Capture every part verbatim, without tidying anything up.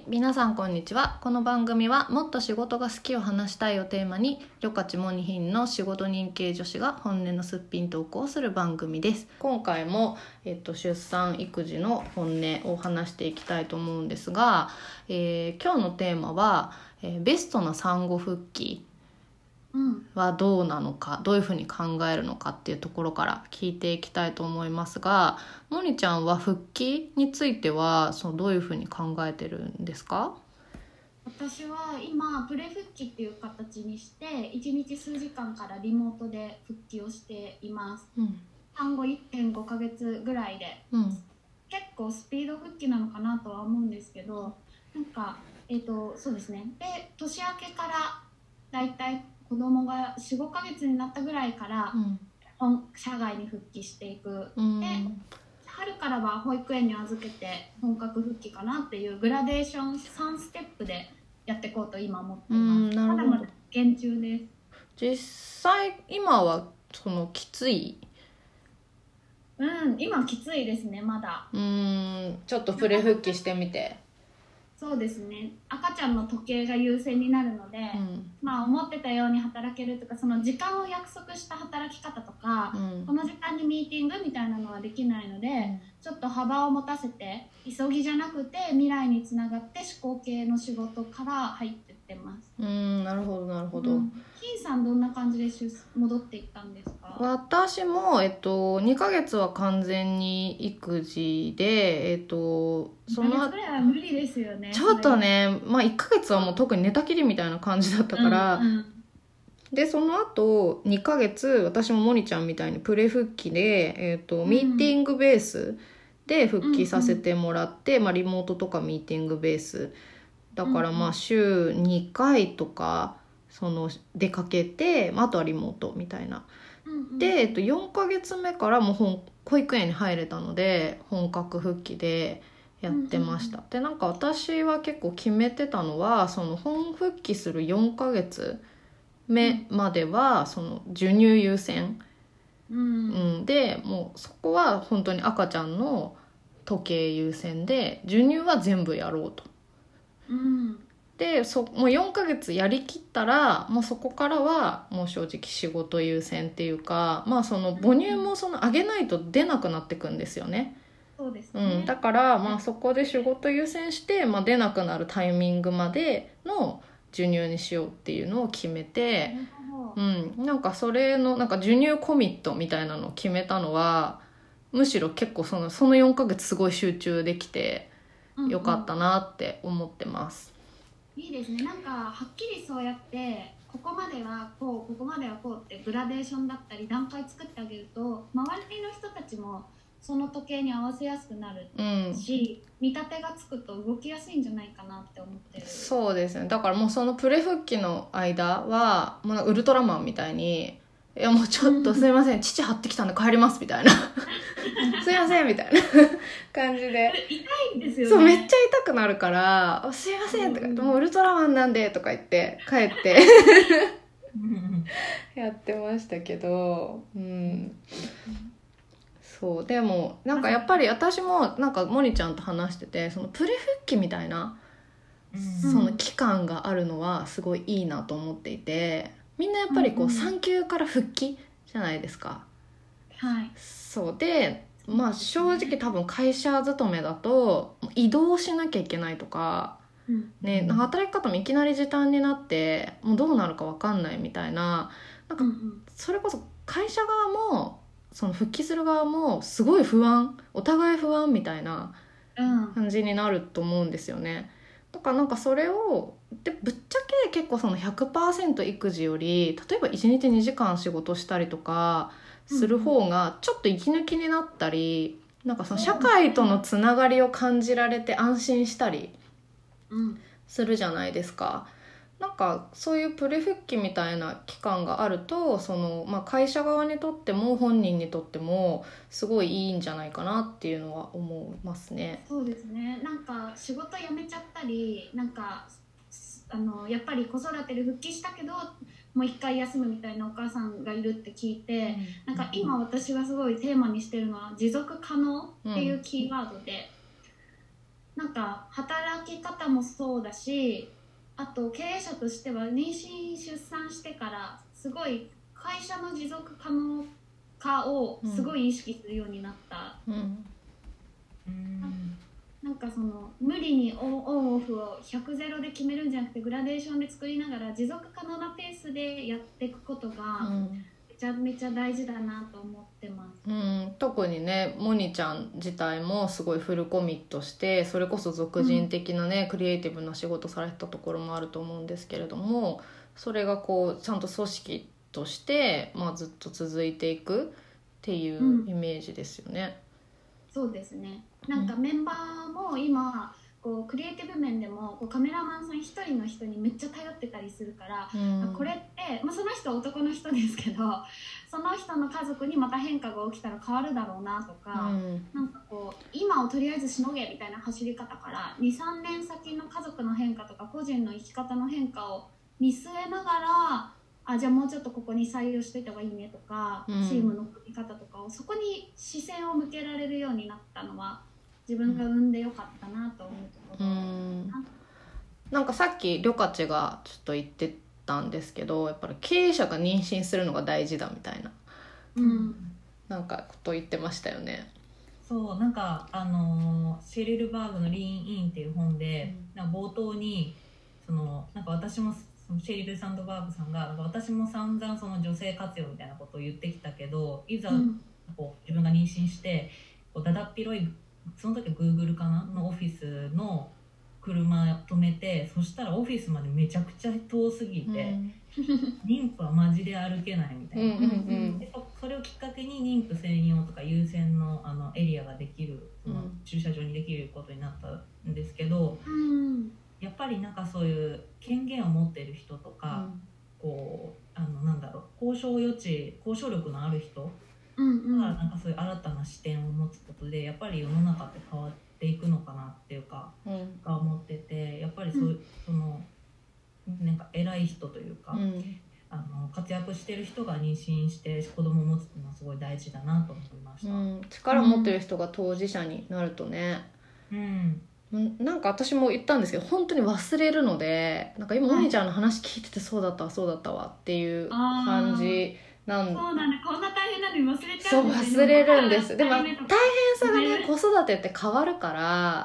皆さんこんにちは。この番組はもっと仕事が好きを話したいをテーマにりょかちもにひんの仕事人系女子が本音のすっぴんトークをする番組です。今回も、えっと、出産育児の本音を話していきたいと思うんですが、えー、今日のテーマは、えー、ベストな産後復帰はどうなのか、どういうふうに考えるのかっていうところから聞いていきたいと思いますが、もにちゃんは復帰についてはそのどういうふうに考えてるんですか？ 私は今プレ復帰っていう形にしていちにち数時間からリモートで復帰をしています、うん、産後 いってんご ヶ月ぐらいで、うん、結構スピード復帰なのかなとは思うんですけど、なんかえっとそうですね。で年明けからだいたい子供が よん、ごかげつになったぐらいから、うん、社外に復帰していく、うん、で春からは保育園に預けて本格復帰かなっていうグラデーションさんステップでやっていこうと今思ってます。うん、なるほど。まだまだ現中です。 実際今はそのきつい？ うん今きついですね。まだうーんちょっとプレ復帰してみて。 そうですね。赤ちゃんの時計が優先になるので、うん、まあ思ってたように働けるとか、その時間を約束した働き方とか、うん、この時間にミーティングみたいなのはできないので、うん、ちょっと幅を持たせて急ぎじゃなくて未来につながって思考系の仕事から入ってってます。 うーんなるほどなるほど。 金さんどんな感じで戻っていったんですか？ 私も、えっと、にかげつは完全に育児で、えっと、 そのにかげつぐらいは無理ですよね。 ちょっとね、まあ、いっかげつはもう特に寝たきりみたいな感じだったから、うんうん、でその後にかげつ私ももにちゃんみたいにプレ復帰で、えっと、ミーティングベースで復帰させてもらって、うんうんまあ、リモートとかミーティングベースだからまあ週にかいとかその出かけて、あとはリモートみたいな、うんうん、で、えっと、よんかげつめからもう本保育園に入れたので本格復帰でやってました、うんうん、でなんか私は結構決めてたのはその本復帰するよんかげつめまではその授乳優先、うんうん、でもうそこは本当に赤ちゃんの時計優先で授乳は全部やろうと、うん、でそもうよんかげつやりきったらもうそこからはもう正直仕事優先っていうか、まあその母乳もその上げないと出なくなってくんですよね。 そうですね、 うん、だからまあそこで仕事優先して、まあ、出なくなるタイミングまでの授乳にしようっていうのを決めて、うん、なんかそれのなんか授乳コミットみたいなのを決めたのはむしろ結構その、そのよんかげつすごい集中できてよかったなって思ってます、 うんうん、いいですね。なんかはっきりそうやってここまではこうここまではこうってグラデーションだったり段階作ってあげると周りの人たちもその時計に合わせやすくなるし、うん、見立てがつくと動きやすいんじゃないかなって思ってる。 そうですね。だからもうそのプレ復帰の間はもうウルトラマンみたいにいやもうちょっとすいません、うん、父張ってきたんで帰りますみたいなすいませんみたいな感じで痛いんですよね。 そうめっちゃ痛くなるからすいませんとか、うん、もうウルトラマンなんでとか言って帰ってやってましたけど、うんそうでもなんかやっぱり私もなんかモニちゃんと話しててそのプレ復帰みたいな、うん、その期間があるのはすごいいいなと思っていてみんなやっぱりこう産休から復帰じゃないですか、 はい、 そうでまあ正直多分会社勤めだと移動しなきゃいけないとか、うんね、働き方もいきなり時短になってもうどうなるか分かんないみたいな、なんかそれこそ会社側もその復帰する側もすごい不安、お互い不安みたいな感じになると思うんですよね。だからなんかそれをでぶっちゃけ結構その ひゃくパーセント 育児より例えばいちにちにじかん仕事したりとかする方がちょっと息抜きになったり、なんかその社会とのつながりを感じられて安心したりするじゃないですか。なんかそういうプレ復帰みたいな期間があるとその、まあ、会社側にとっても本人にとってもすごいいいんじゃないかなっていうのは思いますね。 そうですね。なんか仕事辞めちゃったりなんかあのやっぱり子育てで復帰したけどもう一回休むみたいなお母さんがいるって聞いて、うん、なんか今私がすごいテーマにしてるのは持続可能っていうキーワードで、 なんか働き方もそうだし、あと経営者としては妊娠出産してからすごい会社の持続可能化をすごい意識するようになった、うんうん、な, なんかその無理にオンオフをひゃくゼロで決めるんじゃなくて、グラデーションで作りながら持続可能なペースでやっていくことが、うんめちゃめちゃ大事だなと思ってます、 うん、特にねモニちゃん自体もすごいフルコミットして、それこそ俗人的なね、うん、クリエイティブな仕事されてたところもあると思うんですけれども、それがこうちゃんと組織として、まあ、ずっと続いていくっていうイメージですよね、 うん、そうですね。なんかメンバーも今こうクリエイティブ面でもこうカメラマンさん一人の人にめっちゃ頼ってたりするから、うん、これって、まあ、その人は男の人ですけど、その人の家族にまた変化が起きたら変わるだろうなとか、うん、なんかこう今をとりあえずしのげみたいな走り方から にさんねん先の家族の変化とか個人の生き方の変化を見据えながら、あじゃあもうちょっとここに採用しといた方がいいねとか、うん、チームの組み方とかをそこに視線を向けられるようになったのは自分が産んでよかったなと思うところ、うん、 なんかさっきりょかちがちょっと言ってたんですけど、やっぱり経営者が妊娠するのが大事だみたいな、うん、なんかこと言ってましたよね。 そうなんかあのシェリルバーグの「リーン・イン」っていう本で、うん、なんか冒頭にそのなんか私もそのシェリル・サンドバーグさんがなんか私も散々その女性活用みたいなことを言ってきたけど、いざこう自分が妊娠してこうだだっ広いその時は Google かなのオフィスの車止めて、そしたらオフィスまでめちゃくちゃ遠すぎて、うん、妊婦はマジで歩けないみたいな、うんうんうん、でそれをきっかけに妊婦専用とか優先 の, あのエリアができる、その駐車場にできることになったんですけど、うん、やっぱりなんかそういう権限を持ってる人とか、うん、こうあのなんだろう交渉余地交渉力のある人うんうん、なんかそういう新たな視点を持つことでやっぱり世の中って変わっていくのかなっていうか、うん、が思ってて、やっぱり そ,、うん、そのなんか偉い人というか、うん、あの活躍してる人が妊娠して子供を持つっていうのはすごい大事だなと思いました、うん、 力を持ってる人が当事者になるとね、うんなんか私も言ったんですけど本当に忘れるので、なんか今お兄ちゃんの話聞いててそうだったわそうだったわっていう感じなんそうなんだ、こんな大変なのに忘れちゃうんですね。そう忘れるんです。でも大変さがね子育てって変わるから、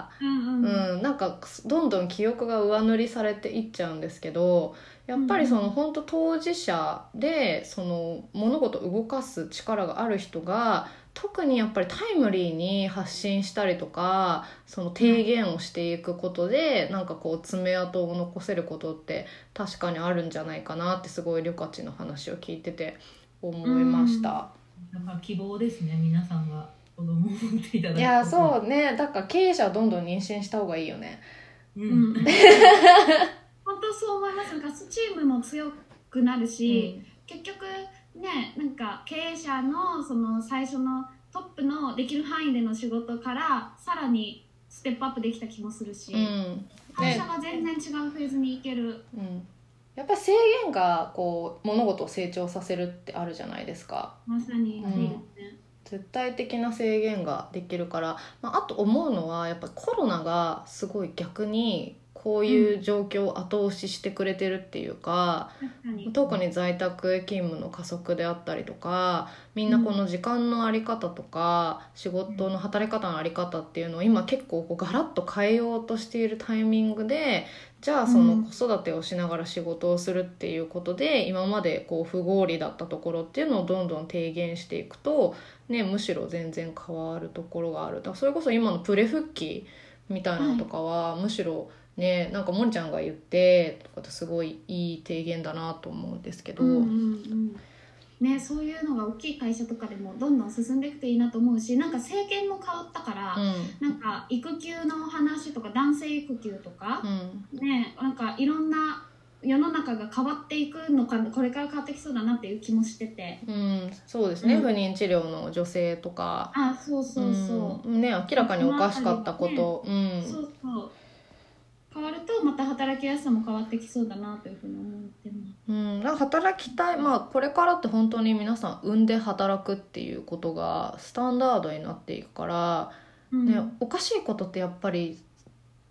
うんうん、うん、なんかどんどん記憶が上塗りされていっちゃうんですけど、やっぱりその本当当事者でその物事を動かす力がある人が特にやっぱりタイムリーに発信したりとかその提言をしていくことで、うん、なんかこう爪痕を残せることって確かにあるんじゃないかなってすごいりょかちの話を聞いてて思いました。 うん、なんか希望ですね、皆さんが子供を持っていただく。 いやそうね、だから経営者はどんどん妊娠した方がいいよね。うん、うん、 本当そう思います。ガスチームも強くなるし、うん、結局ね、なんか経営者のその最初のトップのできる範囲での仕事からさらにステップアップできた気もするし、うんね、会社が全然違うフェーズに行ける、うん、 やっぱり制限がこう物事を成長させるってあるじゃないですか。 まさに、うん、 絶対的な制限ができるから、まあ、あと思うのはやっぱコロナがすごい逆にこういう状況を後押ししてくれてるっていうか、うん、特に在宅勤務の加速であったりとか、みんなこの時間の在り方とか、うん、仕事の働き方の在り方っていうのを今結構こうガラッと変えようとしているタイミングで、じゃあその子育てをしながら仕事をするっていうことで、うん、今までこう不合理だったところっていうのをどんどん低減していくと、ね、むしろ全然変わるところがある。だからそれこそ今のプレ復帰みたいなのとかは、はい、むしろね、なんかもんちゃんが言ってとかすごいいい提言だなと思うんですけど、うんうんうんね、そういうのが大きい会社とかでもどんどん進んでいくといいなと思うし、なんか政権も変わったから、うん、なんか育休の話とか男性育休とか、うんね、なんかいろんな世の中が変わっていくのか、これから変わってきそうだなっていう気もしてて、 うん、そうですね、うん、不妊治療の女性とか、 あ、そうそうそう、 うん、ね、明らかにおかしかったこと、ね、 うん、そうそう変わるとまた働きやすさも変わってきそうだなというふうに思ってます。 うん、なんか働きたい、まあこれからって本当に皆さん産んで働くっていうことがスタンダードになっていくから、うんね、おかしいことってやっぱり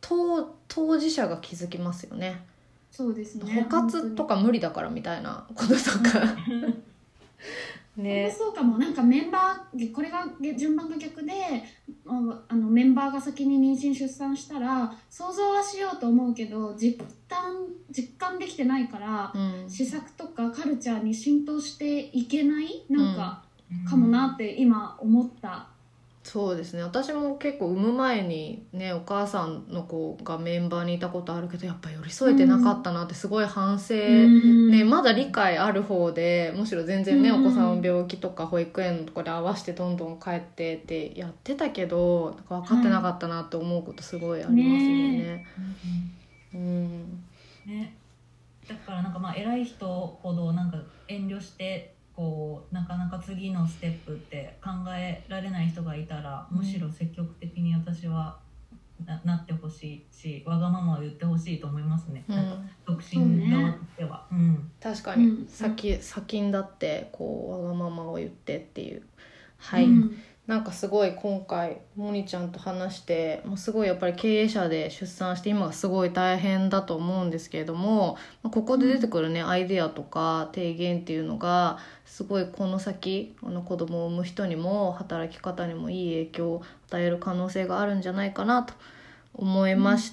当当事者が気づきますよね。 そうですね。 補活とか無理だからみたいなこととかね、そうかも。なんかメンバーこれが順番が逆で、あのメンバーが先に妊娠出産したら想像はしようと思うけど実感実感できてないから、うん、施策とかカルチャーに浸透していけないなんか、うん、かもなって今思った。 そうですね。私も結構産む前にねお母さんの子がメンバーにいたことあるけどやっぱ寄り添えてなかったなってすごい反省、うんね、まだ理解ある方でむしろ全然ね、うん、お子さんを病気とか保育園とかで合わせてどんどん帰ってってやってたけどなんか分かってなかったなって思うことすごいありますよね。ね、 うんね、だからなんかまあ偉い人ほどなんか遠慮してこうなかなか次のステップって考えられない人がいたら、うん、むしろ積極的に私は な, なってほしいしわがままを言ってほしいと思いますね、うん、なんか独身側としては、ねうん、 確かに、うん、先, 先にだってこうわがままを言ってっていうはい、うんなんかすごい今回モニちゃんと話してもうすごいやっぱり経営者で出産して今がすごい大変だと思うんですけれどもここで出てくるね、うん、アイデアとか提言っていうのがすごいこの先あの子供を産む人にも働き方にもいい影響を与える可能性があるんじゃないかなと思いました、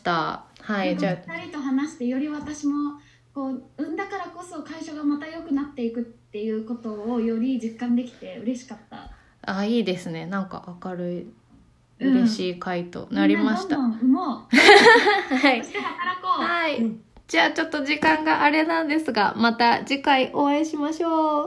うん、はいじゃあふたりと話してより私もこう産んだからこそ会社がまた良くなっていくっていうことをより実感できて嬉しかった。 あいいですね。なんか明るい嬉しい回となりました。 うん、みんなどんどん産もうはい。そして働こう。 はい。じゃあちょっと時間があれなんですが、また次回お会いしましょう。